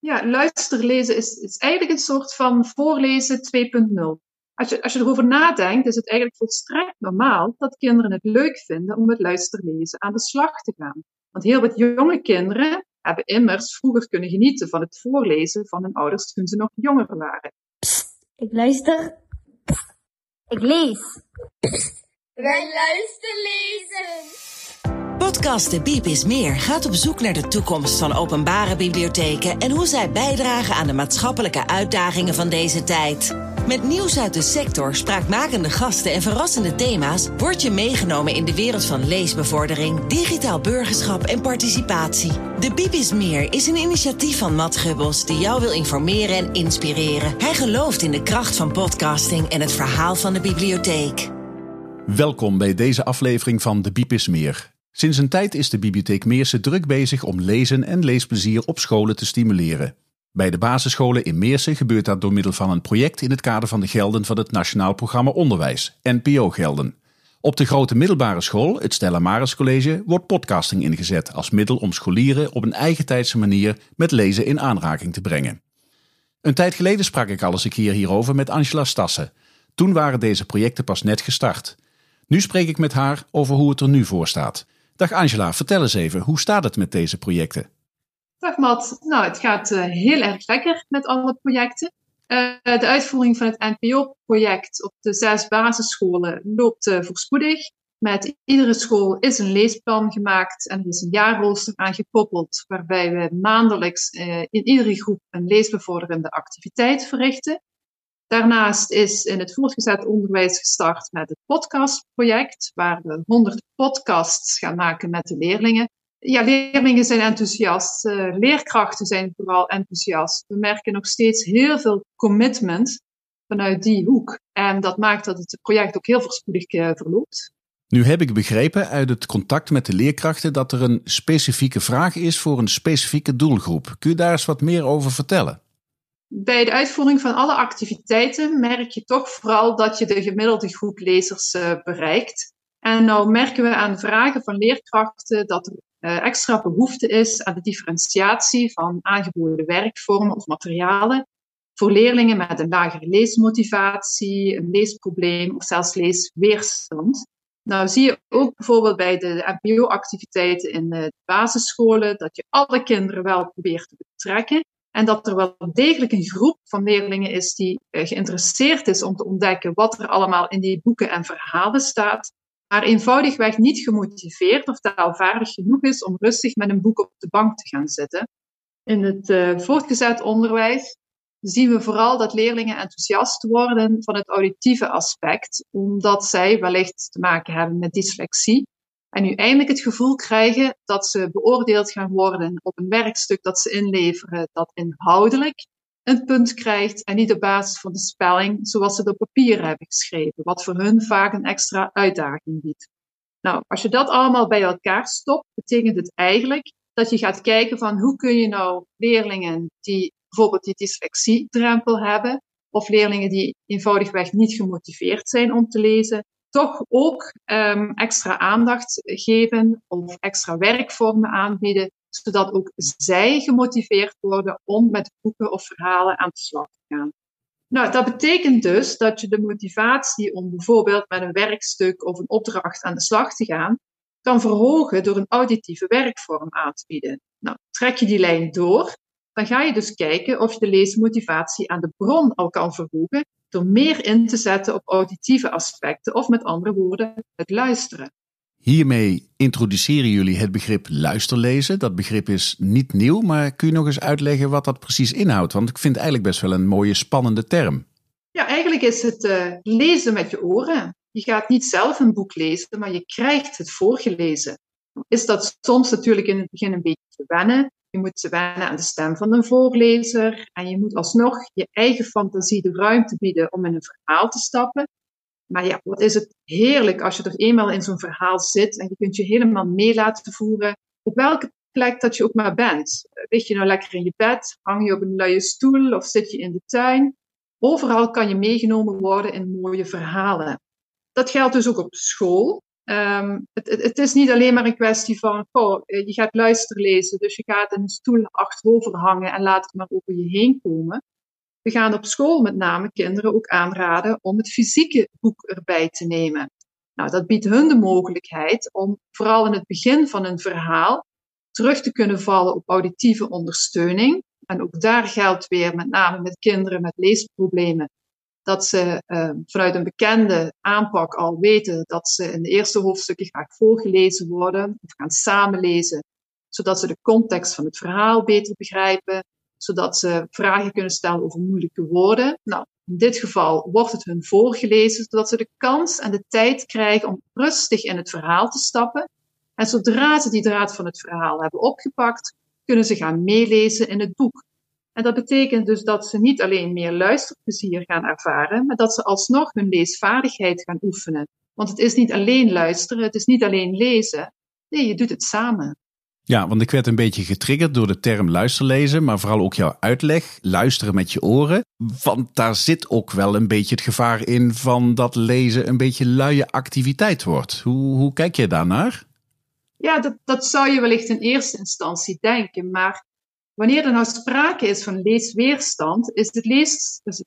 Ja, luisterlezen is eigenlijk een soort van voorlezen 2.0. Als je erover nadenkt, is het eigenlijk volstrekt normaal dat kinderen het leuk vinden om met luisterlezen aan de slag te gaan. Want heel wat jonge kinderen hebben immers vroeger kunnen genieten van het voorlezen van hun ouders toen ze nog jonger waren. Ik luister. Ik lees. Wij luisterlezen. Podcast De Biep is Meer gaat op zoek naar de toekomst van openbare bibliotheken en hoe zij bijdragen aan de maatschappelijke uitdagingen van deze tijd. Met nieuws uit de sector, spraakmakende gasten en verrassende thema's word je meegenomen in de wereld van leesbevordering, digitaal burgerschap en participatie. De Biep is Meer is een initiatief van Matt Gubbels die jou wil informeren en inspireren. Hij gelooft in de kracht van podcasting en het verhaal van de bibliotheek. Welkom bij deze aflevering van De Biep is Meer. Sinds een tijd is de Bibliotheek Meersen druk bezig om lezen en leesplezier op scholen te stimuleren. Bij de basisscholen in Meersen gebeurt dat door middel van een project in het kader van de gelden van het Nationaal Programma Onderwijs, NPO-gelden. Op de grote middelbare school, het Stella Maris College, wordt podcasting ingezet als middel om scholieren op een eigentijdse manier met lezen in aanraking te brengen. Een tijd geleden sprak ik al eens een keer hierover met Angela Stassen. Toen waren deze projecten pas net gestart. Nu spreek ik met haar over hoe het er nu voor staat. Dag Angela, vertel eens even, hoe staat het met deze projecten? Dag Matt, het gaat heel erg lekker met alle projecten. De uitvoering van het NPO-project op de 6 basisscholen loopt voorspoedig. Met iedere school is een leesplan gemaakt en er is een jaarrooster aan gekoppeld, waarbij we maandelijks in iedere groep een leesbevorderende activiteit verrichten. Daarnaast is in het voortgezet onderwijs gestart met het podcastproject, waar we 100 podcasts gaan maken met de leerlingen. Ja, leerlingen zijn enthousiast, leerkrachten zijn vooral enthousiast. We merken nog steeds heel veel commitment vanuit die hoek. En dat maakt dat het project ook heel voorspoedig verloopt. Nu heb ik begrepen uit het contact met de leerkrachten dat er een specifieke vraag is voor een specifieke doelgroep. Kun je daar eens wat meer over vertellen? Bij de uitvoering van alle activiteiten merk je toch vooral dat je de gemiddelde groep lezers bereikt. En nou merken we aan de vragen van leerkrachten dat er extra behoefte is aan de differentiatie van aangeboden werkvormen of materialen voor leerlingen met een lagere leesmotivatie, een leesprobleem of zelfs leesweerstand. Nou zie je ook bijvoorbeeld bij de NPO-activiteiten in de basisscholen dat je alle kinderen wel probeert te betrekken. En dat er wel degelijk een groep van leerlingen is die geïnteresseerd is om te ontdekken wat er allemaal in die boeken en verhalen staat, maar eenvoudigweg niet gemotiveerd of taalvaardig genoeg is om rustig met een boek op de bank te gaan zitten. In het voortgezet onderwijs zien we vooral dat leerlingen enthousiast worden van het auditieve aspect, omdat zij wellicht te maken hebben met dyslexie. En nu eindelijk het gevoel krijgen dat ze beoordeeld gaan worden op een werkstuk dat ze inleveren, dat inhoudelijk een punt krijgt en niet op basis van de spelling zoals ze het op papier hebben geschreven, wat voor hun vaak een extra uitdaging biedt. Nou, als je dat allemaal bij elkaar stopt, betekent het eigenlijk dat je gaat kijken van hoe kun je nou leerlingen die bijvoorbeeld die dyslexiedrempel hebben, of leerlingen die eenvoudigweg niet gemotiveerd zijn om te lezen, toch ook extra aandacht geven of extra werkvormen aanbieden, zodat ook zij gemotiveerd worden om met boeken of verhalen aan de slag te gaan. Nou, dat betekent dus dat je de motivatie om bijvoorbeeld met een werkstuk of een opdracht aan de slag te gaan, kan verhogen door een auditieve werkvorm aan te bieden. Nou, trek je die lijn door, dan ga je dus kijken of je de leesmotivatie aan de bron al kan verhogen door meer in te zetten op auditieve aspecten of met andere woorden het luisteren. Hiermee introduceren jullie het begrip luisterlezen. Dat begrip is niet nieuw, maar kun je nog eens uitleggen wat dat precies inhoudt? Want ik vind het eigenlijk best wel een mooie, spannende term. Ja, eigenlijk is het lezen met je oren. Je gaat niet zelf een boek lezen, maar je krijgt het voorgelezen. Is dat soms natuurlijk in het begin een beetje wennen. Je moet wennen aan de stem van een voorlezer en je moet alsnog je eigen fantasie de ruimte bieden om in een verhaal te stappen. Maar ja, wat is het heerlijk als je er eenmaal in zo'n verhaal zit en je kunt je helemaal mee laten voeren op welke plek dat je ook maar bent. Lig je nou lekker in je bed, hang je op een luie stoel of zit je in de tuin. Overal kan je meegenomen worden in mooie verhalen. Dat geldt dus ook op school. Het is niet alleen maar een kwestie van, je gaat luisterlezen, dus je gaat in een stoel achterover hangen en laat het maar over je heen komen. We gaan op school met name kinderen ook aanraden om het fysieke boek erbij te nemen. Nou, dat biedt hun de mogelijkheid om vooral in het begin van een verhaal terug te kunnen vallen op auditieve ondersteuning. En ook daar geldt weer met name met kinderen met leesproblemen dat ze vanuit een bekende aanpak al weten dat ze in de eerste hoofdstukken graag voorgelezen worden of gaan samenlezen, zodat ze de context van het verhaal beter begrijpen, zodat ze vragen kunnen stellen over moeilijke woorden. Nou, in dit geval wordt het hun voorgelezen, zodat ze de kans en de tijd krijgen om rustig in het verhaal te stappen. En zodra ze die draad van het verhaal hebben opgepakt, kunnen ze gaan meelezen in het boek. En dat betekent dus dat ze niet alleen meer luisterplezier gaan ervaren, maar dat ze alsnog hun leesvaardigheid gaan oefenen. Want het is niet alleen luisteren, het is niet alleen lezen. Nee, je doet het samen. Ja, want ik werd een beetje getriggerd door de term luisterlezen, maar vooral ook jouw uitleg, luisteren met je oren. Want daar zit ook wel een beetje het gevaar in van dat lezen een beetje luie activiteit wordt. Hoe kijk je daarnaar? Ja, dat zou je wellicht in eerste instantie denken, maar wanneer er nou sprake is van leesweerstand, is het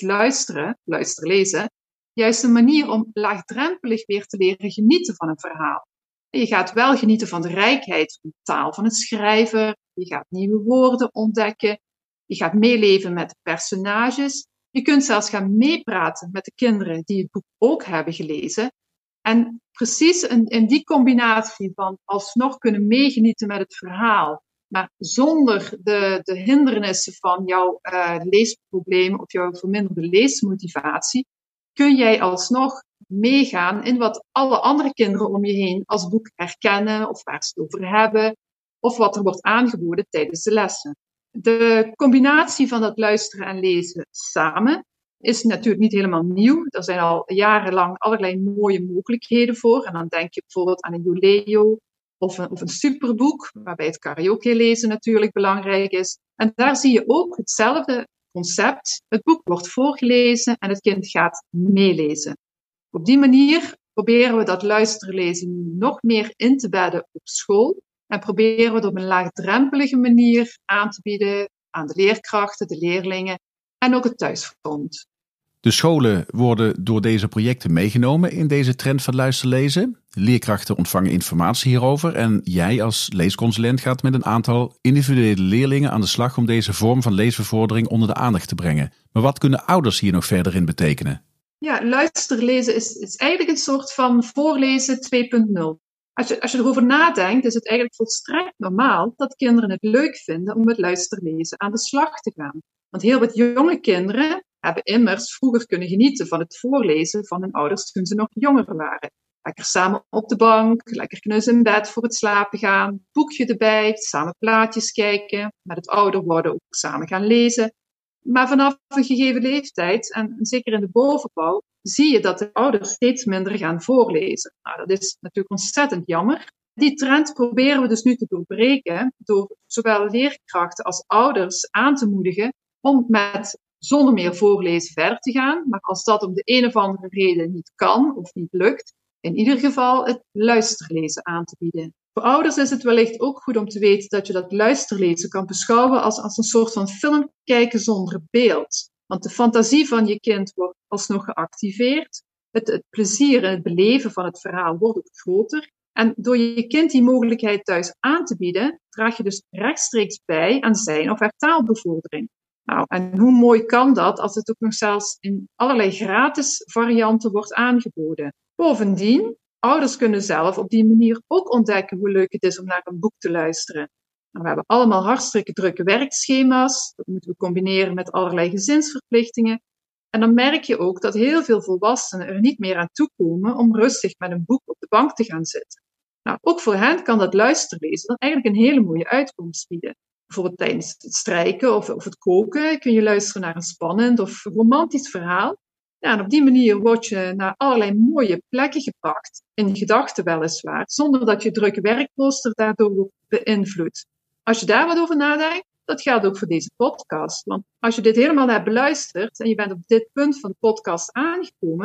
luisterlezen, juist een manier om laagdrempelig weer te leren genieten van een verhaal. Je gaat wel genieten van de rijkheid van de taal van het schrijver, je gaat nieuwe woorden ontdekken, je gaat meeleven met de personages, je kunt zelfs gaan meepraten met de kinderen die het boek ook hebben gelezen. En precies in die combinatie van alsnog kunnen meegenieten met het verhaal, maar zonder de hindernissen van jouw leesprobleem of jouw verminderde leesmotivatie, kun jij alsnog meegaan in wat alle andere kinderen om je heen als boek herkennen of waar ze het over hebben, of wat er wordt aangeboden tijdens de lessen. De combinatie van dat luisteren en lezen samen is natuurlijk niet helemaal nieuw. Er zijn al jarenlang allerlei mooie mogelijkheden voor. En dan denk je bijvoorbeeld aan een Juleo of een superboek, waarbij het karaoke lezen natuurlijk belangrijk is. En daar zie je ook hetzelfde concept. Het boek wordt voorgelezen en het kind gaat meelezen. Op die manier proberen we dat luisterlezen nog meer in te bedden op school. En proberen we het op een laagdrempelige manier aan te bieden aan de leerkrachten, de leerlingen en ook het thuisfront. De scholen worden door deze projecten meegenomen in deze trend van luisterlezen. Leerkrachten ontvangen informatie hierover en jij als leesconsulent gaat met een aantal individuele leerlingen aan de slag om deze vorm van leesbevordering onder de aandacht te brengen. Maar wat kunnen ouders hier nog verder in betekenen? Ja, luisterlezen is eigenlijk een soort van voorlezen 2.0. Als je erover nadenkt, is het eigenlijk volstrekt normaal dat kinderen het leuk vinden om met luisterlezen aan de slag te gaan. Want heel wat jonge kinderen hebben immers vroeger kunnen genieten van het voorlezen van hun ouders toen ze nog jonger waren. Lekker samen op de bank, lekker knus in bed voor het slapen gaan, boekje erbij, samen plaatjes kijken, met het ouder worden ook samen gaan lezen. Maar vanaf een gegeven leeftijd, en zeker in de bovenbouw, zie je dat de ouders steeds minder gaan voorlezen. Nou, dat is natuurlijk ontzettend jammer. Die trend proberen we dus nu te doorbreken door zowel leerkrachten als ouders aan te moedigen om zonder meer voorlezen verder te gaan. Maar als dat om de een of andere reden niet kan of niet lukt, in ieder geval het luisterlezen aan te bieden. Voor ouders is het wellicht ook goed om te weten dat je dat luisterlezen kan beschouwen als een soort van film kijken zonder beeld. Want de fantasie van je kind wordt alsnog geactiveerd. Het plezier en het beleven van het verhaal wordt ook groter. En door je kind die mogelijkheid thuis aan te bieden, draag je dus rechtstreeks bij aan zijn of haar taalbevordering. Nou, en hoe mooi kan dat als het ook nog zelfs in allerlei gratis varianten wordt aangeboden. Bovendien, ouders kunnen zelf op die manier ook ontdekken hoe leuk het is om naar een boek te luisteren. Nou, we hebben allemaal hartstikke drukke werkschema's. Dat moeten we combineren met allerlei gezinsverplichtingen. En dan merk je ook dat heel veel volwassenen er niet meer aan toekomen om rustig met een boek op de bank te gaan zitten. Nou, ook voor hen kan dat luisterlezen dan eigenlijk een hele mooie uitkomst bieden. Bijvoorbeeld tijdens het strijken of het koken kun je luisteren naar een spannend of romantisch verhaal. Ja, en op die manier word je naar allerlei mooie plekken gebracht, in gedachten weliswaar, zonder dat je drukke werkrooster daardoor wordt beïnvloed. Als je daar wat over nadenkt, dat geldt ook voor deze podcast. Want als je dit helemaal hebt beluisterd en je bent op dit punt van de podcast aangekomen,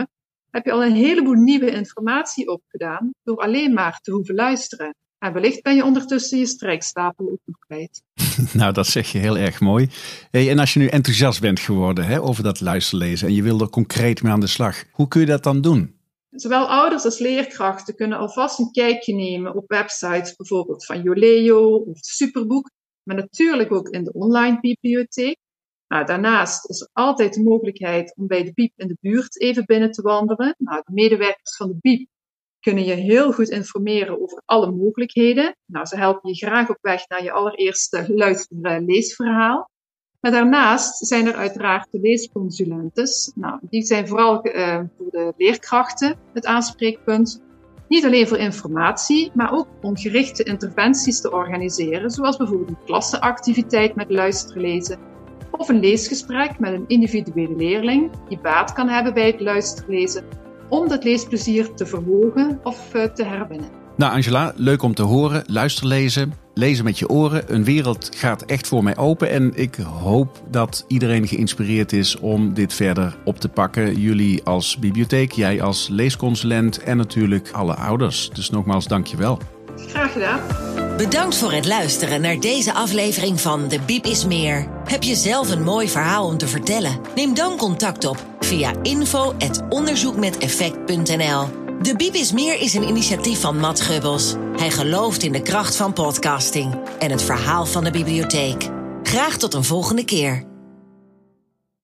heb je al een heleboel nieuwe informatie opgedaan door alleen maar te hoeven luisteren. En wellicht ben je ondertussen je strijkstapel ook nog kwijt. Nou, dat zeg je heel erg mooi. Hey, en als je nu enthousiast bent geworden over dat luisterlezen en je wil er concreet mee aan de slag, hoe kun je dat dan doen? Zowel ouders als leerkrachten kunnen alvast een kijkje nemen op websites bijvoorbeeld van Joleo of Superboek, maar natuurlijk ook in de online bibliotheek. Nou, daarnaast is er altijd de mogelijkheid om bij de Biep in de buurt even binnen te wandelen. Nou, de medewerkers van de Biep kunnen je heel goed informeren over alle mogelijkheden. Nou, ze helpen je graag op weg naar je allereerste leesverhaal. Maar daarnaast zijn er uiteraard de leesconsulentes. Nou, die zijn vooral voor de leerkrachten het aanspreekpunt. Niet alleen voor informatie, maar ook om gerichte interventies te organiseren. Zoals bijvoorbeeld een klassenactiviteit met luisterlezen. Of een leesgesprek met een individuele leerling die baat kan hebben bij het luisterlezen. Om dat leesplezier te verhogen of te herwinnen. Nou Angela, leuk om te horen. Luisterlezen, lezen met je oren. Een wereld gaat echt voor mij open. En ik hoop dat iedereen geïnspireerd is om dit verder op te pakken. Jullie als bibliotheek, jij als leesconsulent en natuurlijk alle ouders. Dus nogmaals, dankjewel. Graag gedaan. Bedankt voor het luisteren naar deze aflevering van De Biep is Meer. Heb je zelf een mooi verhaal om te vertellen? Neem dan contact op via info@onderzoekmeteffect.nl. De Biep is Meer is een initiatief van Matt Gubbels. Hij gelooft in de kracht van podcasting en het verhaal van de bibliotheek. Graag tot een volgende keer.